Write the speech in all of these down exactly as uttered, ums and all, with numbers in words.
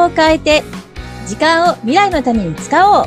を変えて、時間を未来のために使おう。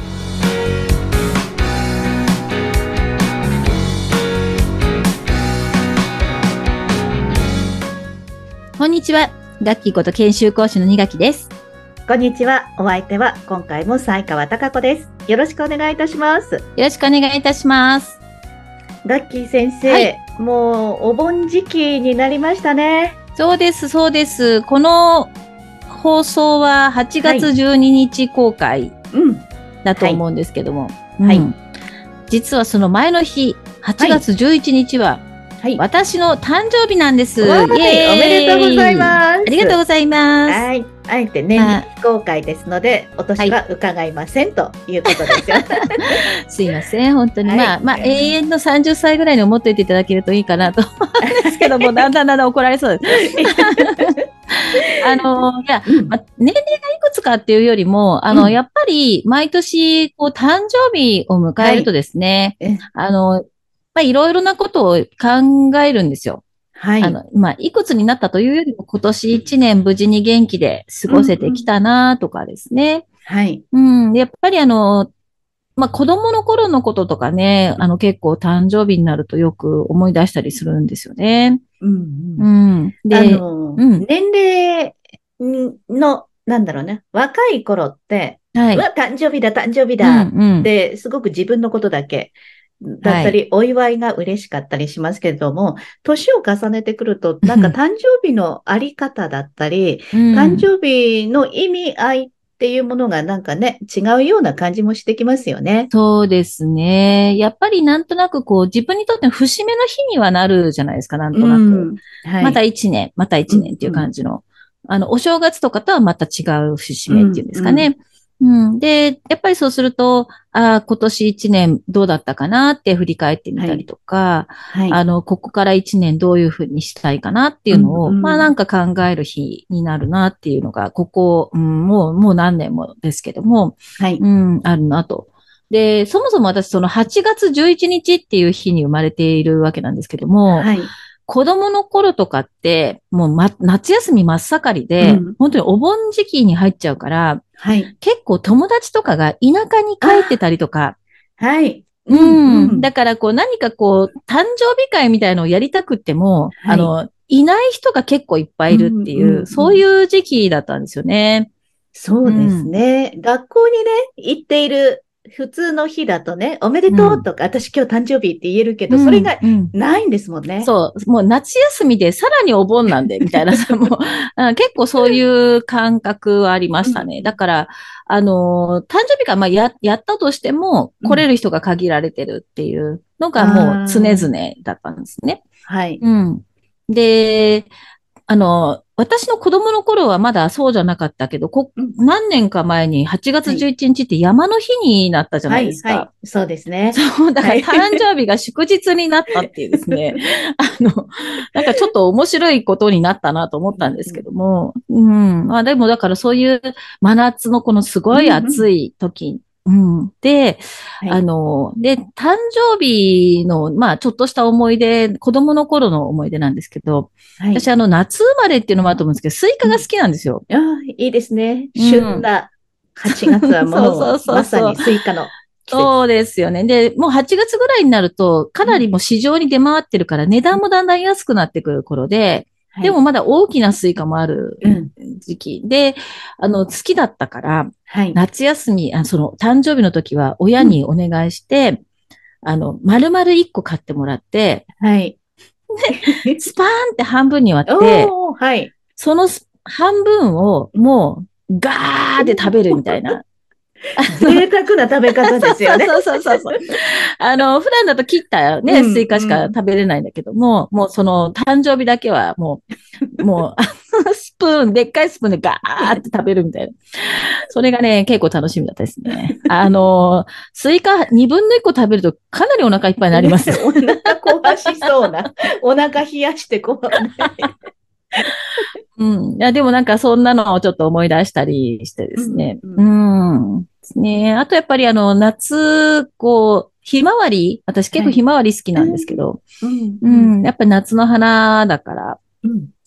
こんにちは。ガッキーこと研修講師の二垣です。 こんにちは。お相手は今回も西川貴子です。よろしくお願いいたします。よろしくお願いいたします。 ガッキー先生、はい、もうお盆時期になりましたね。 そうです、そうです。この放送ははちがつじゅうににち公開だと思うんですけども、はい、うん、実はその前の日、はちがつじゅういちにちは、はい、私の誕生日なんです。 はい、おめでとうございます。 ありがとうございます。 はい。あえて年に非公開ですので、お年は伺いません、はい、ということですよ。 すいません、本当に。はい、まあ、まあ、永遠のさんじゅっさいぐらいに思っておいていただけるといいかなと思うんですけども、だんだんだんだん怒られそうです。あの、いや、うんまあ、年齢がいくつかっていうよりも、あの、うん、やっぱり、毎年、こう、誕生日を迎えるとですね、はい、あの、まあ、いろいろなことを考えるんですよ。はい。あの、まあ、いくつになったというよりも、今年一年無事に元気で過ごせてきたなとかですね。うんうん、はい。うん。やっぱりあの、まあ、子供の頃のこととかね、あの、結構誕生日になるとよく思い出したりするんですよね。うん、うん。うん。で、 あの、うん、年齢の、なんだろうね、若い頃って、はい。うわ、誕生日だ、誕生日だ、うんうん、で、すごく自分のことだけ、だったり、はい、お祝いが嬉しかったりしますけれども、年を重ねてくると、なんか誕生日のあり方だったり、うん、誕生日の意味合いっていうものがなんかね、違うような感じもしてきますよね。 そうですね。やっぱりなんとなくこう、自分にとっての節目の日にはなるじゃないですか、なんとなく。うんはい、また一年、また一年っていう感じの。うんうん、あの、お正月とかとはまた違う節目っていうんですかね。うんうんうん。で、やっぱりそうすると、ああ、今年一年どうだったかなって振り返ってみたりとか、はいはい、あの、ここから一年どういうふうにしたいかなっていうのを、うんうん、まあなんか考える日になるなっていうのが、ここ、うん、もう、もう何年もですけども、はい、うん、あるなと。で、そもそも私そのはちがつじゅういちにちっていう日に生まれているわけなんですけども、はい子供の頃とかって、もう、ま、夏休み真っ盛りで、うん、本当にお盆時期に入っちゃうから、はい、結構友達とかが田舎に帰ってたりとか、はい。うん、うん。だからこう何かこう、誕生日会みたいのをやりたくっても、はい、あの、いない人が結構いっぱいいるっていう、うんうんうん、そういう時期だったんですよね。 そうですね。うん、学校にね、行っている普通の日だとね、おめでとうとか、うん、私今日誕生日って言えるけど、うん、それがないんですもんね。 そう。もう夏休みでさらにお盆なんで、みたいなさ、もう結構そういう感覚はありましたね。だから、あの、誕生日がまあや、やったとしても、来れる人が限られてるっていうのがもう常々だったんですね。はい。うん。で、あの、私の子供の頃はまだそうじゃなかったけど、こ、何年か前にはちがつじゅういちにちって山の日になったじゃないですか。はい、はい、 そうですね。 そう、だから誕生日が祝日になったっていうですね。あの、なんかちょっと面白いことになったなと思ったんですけども。うん、うん。まあでもだからそういう真夏のこのすごい暑い時、うんうん、で、はい、あの、で、誕生日の、まあ、ちょっとした思い出、子供の頃の思い出なんですけど、はい、私、あの、夏生まれっていうのもあると思うんですけど、スイカが好きなんですよ。 うん、ああ、いいですね。旬なはちがつはもう、そうそうそうそうまさにスイカの。 そうですよね。で、もうはちがつぐらいになると、かなりもう市場に出回ってるから、値段もだんだん安くなってくる頃で、はい、でもまだ大きなスイカもある時期、うん、で、あの、好きだったから、はい、夏休み、あその、誕生日の時は親にお願いして、うん、あの、丸々いっこ買ってもらって、はい。で、スパーンって半分に割って、はい、その半分をもう、ガーって食べるみたいな。 贅沢な食べ方ですよね。 そうそうそうそう。あの、普段だと切ったね、うん、スイカしか食べれないんだけども、もうその誕生日だけはもう、もう、スプーン、でっかいスプーンでガーって食べるみたいな。それがね、結構楽しみだったですね。あの、スイカにぶんのいっこ食べるとかなりお腹いっぱいになります。 お腹壊しそうな。お腹冷やしてこう、ね。 うん。いや、でもなんかそんなのをちょっと思い出したりしてですね。うん、うん。ですね。あとやっぱりあの、夏、こう、ひまわり私結構ひまわり好きなんですけど、はい、うん、うん。やっぱり夏の花だから、うん、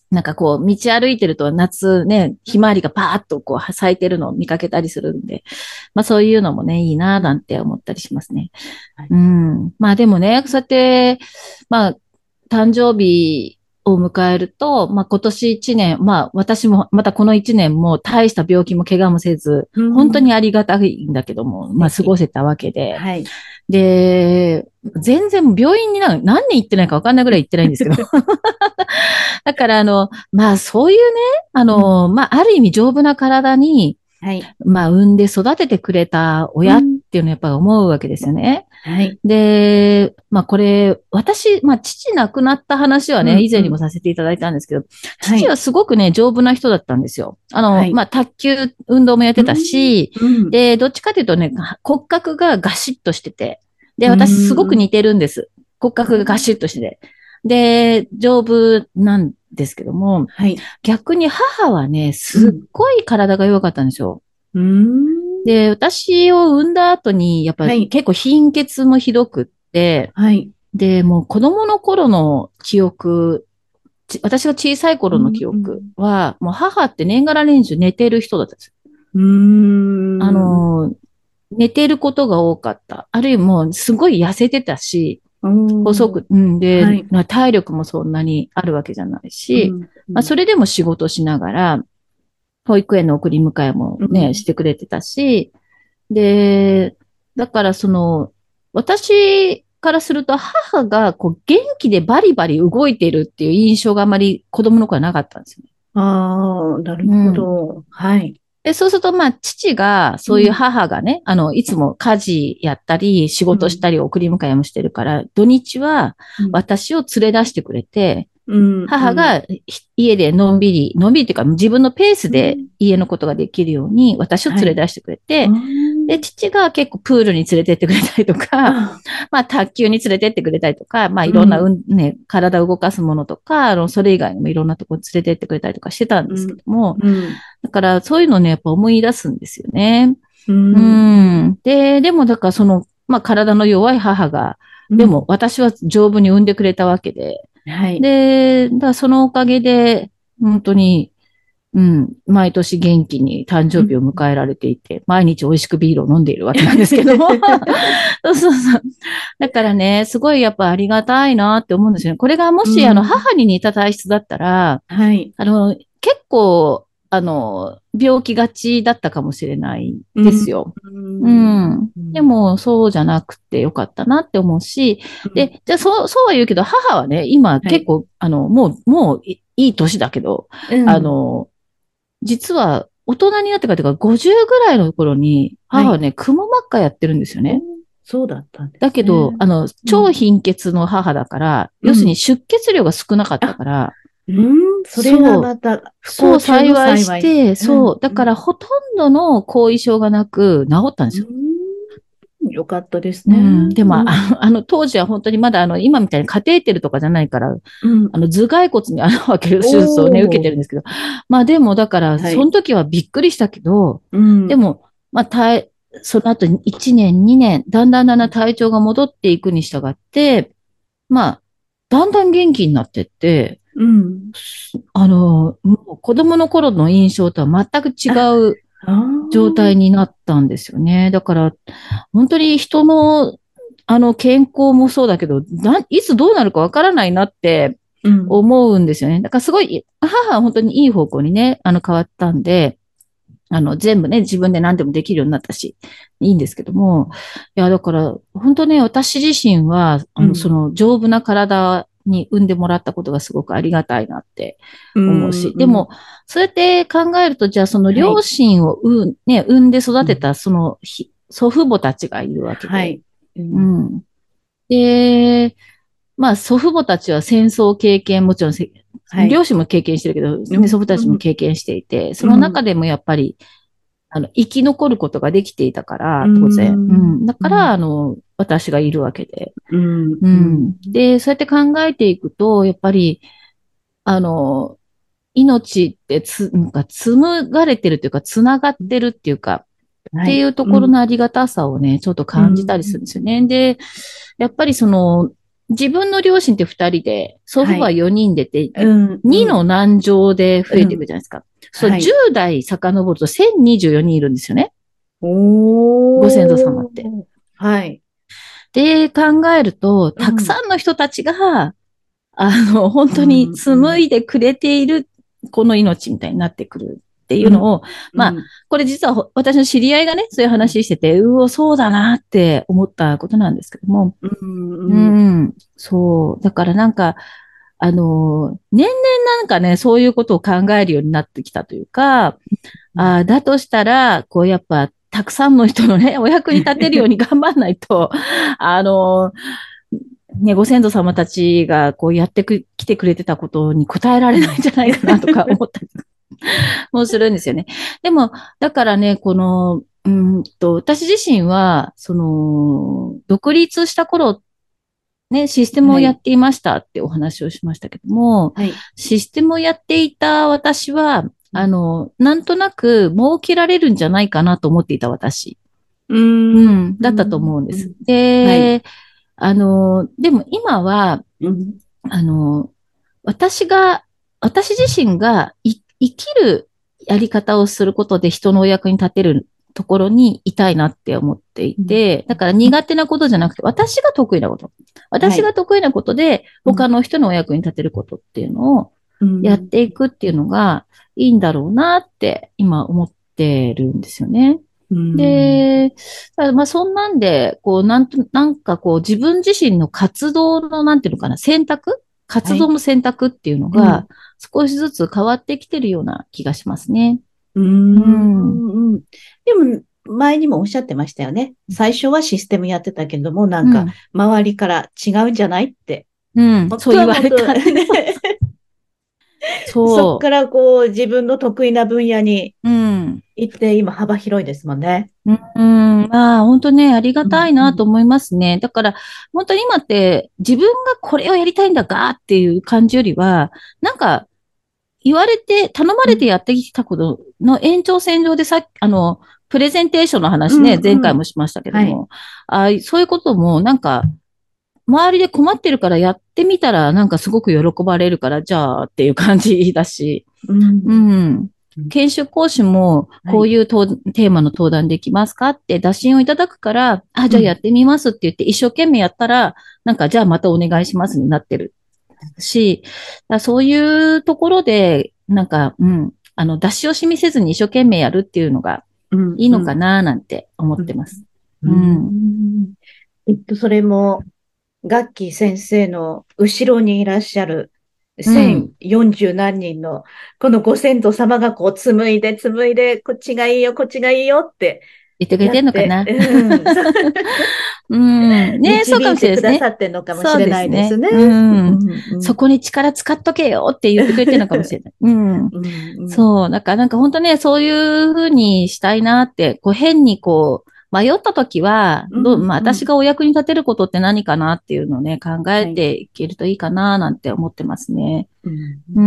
なんかこう、道歩いてると夏ね、ひまわりがパーッとこう咲いてるのを見かけたりするんで、まあそういうのもね、いいななんて思ったりしますね。うん。まあでもね、そうやって、まあ、誕生日を迎えると、まあ今年一年、まあ私もまたこの一年も大した病気も怪我もせず、本当にありがたいんだけども、まあ過ごせたわけで、 はい。 で、全然病院にな何年行ってないかわかんないぐらい行ってないんですけど。だから、あの、まあ、そういうね、あの、まあ、ある意味丈夫な体に、 はい。 まあ、産んで育ててくれた親っていうのをやっぱ思うわけですよね。 はい。 で、まあ、これ、私、まあ、父亡くなった話はね、 うん、 以前にもうん。 させていただいたんですけど、 はい。 父はすごくね、丈夫な人だったんですよ。あの、 はい。 まあ、卓球、運動もやってたうん、 し、 うん、 で、どっちかというとね、骨格がガシッとしてて、で、 う私すごくん。 似てるんです。骨格がガシッとしてて。で、丈夫なんですけども、 はい。 逆に母はね、すっうん。 ごい体が弱かったんですよ。 うん。 で、私を産んだ後に、やっぱはい。 結構貧血もひどくって、 はい。 で、もう子供の頃の記憶、ち私が小さいう頃の記憶ん。 は、もう母って年がら年中寝てる人だったんですよ。 うあん。 の、寝てることが多かった。あるいはもうすごい痩せてたし、 うん。 細く、うんで、 はい。 まあ体力もそんなにあるわけじゃないし、 うん。うまあん。 それでも仕事しながら、保育園の送り迎えもね、しうん。 てくれてたし、で、だからその、私からすると母がこう元気でバリバリ動いてるっていう印象があまり子供の頃はなかったんですよね。 ああ、なるほうん。 ど。はい。 で、そうすると、まあ、父が、そういううん。 母がね、あの、いつも家事やったり、仕うん。 事したり、送り迎えもしてるから、土日はうん。 私を連れ出してくれて、 うん。うん。 母が家でのんびり、のんびりっていうか自分のペースでうん。 家のことができるように私をはい。 連れ出してくれあて、で、父が結構プールに連れてってくれたりとか、 あ。 まあ卓球に連れてってくれたりとか、まあいろんな、 うん。 うんね、体を動かすものとか、あの、それ以外にもいろんなところに連れてってくれたりとかしてたんですけうん。 ども、 うん。 だからそういうのね、やっぱ思い出すんですよね。 ううん。 ん。で、でもだからその、まあ体の弱い母が、でもうん。 私は丈夫に産んでくれたわけで、 はい。 で、だからそのおかげで、本当に、うん、毎年元気に誕生日をうん。 迎えられていて、毎日美味しくビールを飲んでいるわけなんですけども。そうそうそう。だからね、すごいやっぱありがたいなって思うんですよね。これがもうし、あの、 ん。 母に似た体質だったら、 はい。 あの、結構、あの、病気がちだったかもしれないうん。 ですよ。 ううん。 ん。 うん。 でも、そうじゃなくてよかったなって思うし、 うん。 で、じゃあ、そう、そうは言うけど、母はね、今はい。 結構、あの、もう、もういいい年だけど、あうん。 の、実は、大人になってからというか、ごじゅうぐらいの頃に、 はい。 母はね、くも膜下やってるんですよお、 ね。 そうだったんですね。 だけど、あの、超うん。 貧血の母だから、要するにうん。 出血量が少なかったあ、 から、 うん。それがそう、 また不そう幸中の幸いし幸い。 て、 うん。 そう、だうん。 からほとんどの後遺症がなく治ったんでうすよ。 ん。よかったですね。 うん。でも、 うん。 ああの、当時は本当にまだあの、今みたいにカテーテルとかじゃないから、 うん。 あの、頭蓋骨に穴を開ける手術をね、受けおー。 てるんですけど。まあでも、だから、 はい。 その時はびっくりしたけど、 うん。 でも、まあ、体、その後いちねん、にねん、だんだんだんだん体調が戻っていくに従って、まあ、だんだん元気になってって、 うん。 あの、もう子供の頃の印象とは全く違あ、 うああ。 状態になったんですよね。だから、本当に人の、あの、健康もそうだけど、ないつどうなるかわからないなってうん。 思うんですよね。だからすごい、母は本当にいい方向にね、あの、変わったんで、あの、全部ね、自分で何でもできるようになったし、いいんですけども、いや、だから、本当ね、私自身は、あの、そうん。 の、丈夫な体に産んでもらったことがすごくありがたいなってうん。 思うし、 うん。 でも、そうやって考えると、じゃあ、その両はい。 親を産ん、ね、産んで育うん。 てた、その、ひ祖父母たちがいるわけで、 はい。うん。 うん。で、まあ、祖父母たちは戦争経験、もちろんせ、 はい。 両親も経験してるけど、ね、 うん。 祖父たちもうん。 経験していて、そうん。 の中でもやっぱり、あの、生き残ることができていたかうら、当然。うん。 ん。だから、 うん。 あの、私がいるわけで。 うん。 ううん。 ん。で、そうやって考えていくと、やっぱり、あの、命ってつ、なんか紡がれてるというか、つながってるっていうか、っていはい。 うところうん。 のありがたさをね、ちょっとう感じたりするんん。 ですよね。で、やっぱりその、 自分の両親って二人で、祖父母よにん出て、 はい、うん、 にの何乗で増えていくじゃないですか。うん、そう、はい、じゅう代遡るとせんにじゅうよにんいるんですよね。 おー。 ご先祖様って。 はい。 で、考えると、たくさんの人たちが、うん、あの、本当に紡いでくれている、この命みたいになってくるっていうのを、うん、まあ、これ実は私の知り合いがね、そういう話してて、うお、そうだなって思ったことなんですけども、うん、うん、そう。だからなんか、あの、年々なんかね、そういうことを考えるようになってきたというか、うん、あだとしたら、こうやっぱ、たくさんの人のね、お役に立てるように頑張らないと、あの、ね、ご先祖様たちがこうやってく、来てくれてたことに応えられないんじゃないかなとか思ったりもするんですよね。でも、だからね、この、うんと、私自身は、その、独立した頃、ね、システムをやっていましたってお話をしましたけども、はい、システムをやっていた私は、あの、なんとなく儲けられるんじゃないかなと思っていた私。うん、うん、だったと思うんです。で、はい、あの、でも今は、うん、あの、私が、私自身が生きるやり方をすることで人のお役に立てるところにいたいなって思っていて、だから苦手なことじゃなくて、私が得意なこと。私が得意なことで、他の人のお役に立てることっていうのをやっていくっていうのがいいんだろうなって今思ってるんですよね。で、まあそんなんで、こう、なんと、なんかこう、自分自身の活動の、なんていうのかな、選択活動の選択っていうのが、少しずつ変わってきてるような気がしますね。 うん。うん、でも、前にもおっしゃってましたよね。最初はシステムやってたけども、なんか、周りから違うんじゃないって。 うん、そう言われた。 そう。そっからこう、自分の得意な分野に行って、今幅広いですもんね。 うん、うん、まあ、本当ね、ありがたいなと思いますね。うんうん、だから、本当に今って、自分がこれをやりたいんだがっていう感じよりは、なんか、言われて、頼まれてやってきたことの延長線上でさっき、あの、プレゼンテーションの話ね、うんうん、前回もしましたけども、はい、あそういうことも、なんか、周りで困ってるからやってみたら、なんかすごく喜ばれるから、じゃあっていう感じだし、うん、うん研修講師も、こういう、はい、テーマの登壇できますかって打診をいただくから、あ、じゃあやってみますって言って、一生懸命やったら、なんか、じゃあまたお願いしますになってるし、そういうところで、なんか、うん、あの、出し惜しみせずに一生懸命やるっていうのがいいのかな、なんて思ってます。うん。うんうん、 えっと、それも、ガッキー先生の後ろにいらっしゃる、せんよんじゅう何人の、このご先祖様がこう紡いで紡いで、こっちがいいよ、こっちがいいよって言ってくれてんのかな。うん。ねそうかもしれないですね。 導いてくださってんのかもしれないですね。 そこに力使っとけよって言ってくれてるのかもしれない。うん。うん、そう。だからなんか本当ね、そういうふうにしたいなって、こう変にこう、迷ったときは、どう、まあ、私がお役に立てることって何かなっていうのをね、考えていけるといいかななんて思ってますね。はい、うん。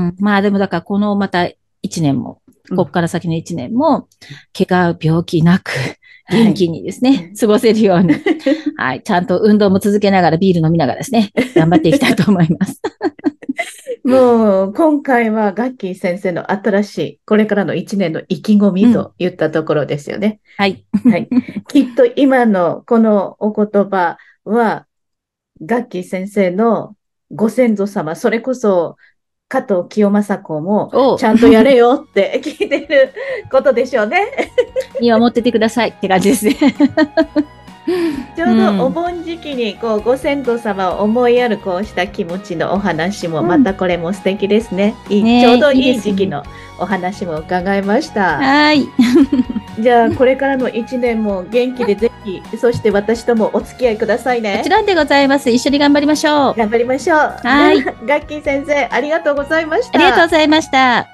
ん。まあでもだからこのまた一年も、ここから先の一年も、怪我、病気なく、元気にですね、はい、過ごせるように、はい、ちゃんと運動も続けながらビール飲みながらですね、頑張っていきたいと思います。 もう、今回はガッキー先生の新しい、これからの一年の意気込みと言ったところですよね。 うん、はい。 はい。きっと今のこのお言葉は、ガッキー先生のご先祖様、それこそ、加藤清正公も、ちゃんとやれよって聞いてることでしょうね。 見守っててくださいって感じですね。 ちょうどお盆時期にこうご先祖様を思いやるこうした気持ちのお話もまたこれも素敵ですね。いいねちょうどいい時期のお話も伺いました。 はい。 じゃあこれからのいちねんも元気でぜひ、そして私ともお付き合いくださいね。 もちろんでございます。一緒に頑張りましょう。 頑張りましょう。 はい。 ガッキー先生ありがとうございました。 ありがとうございました。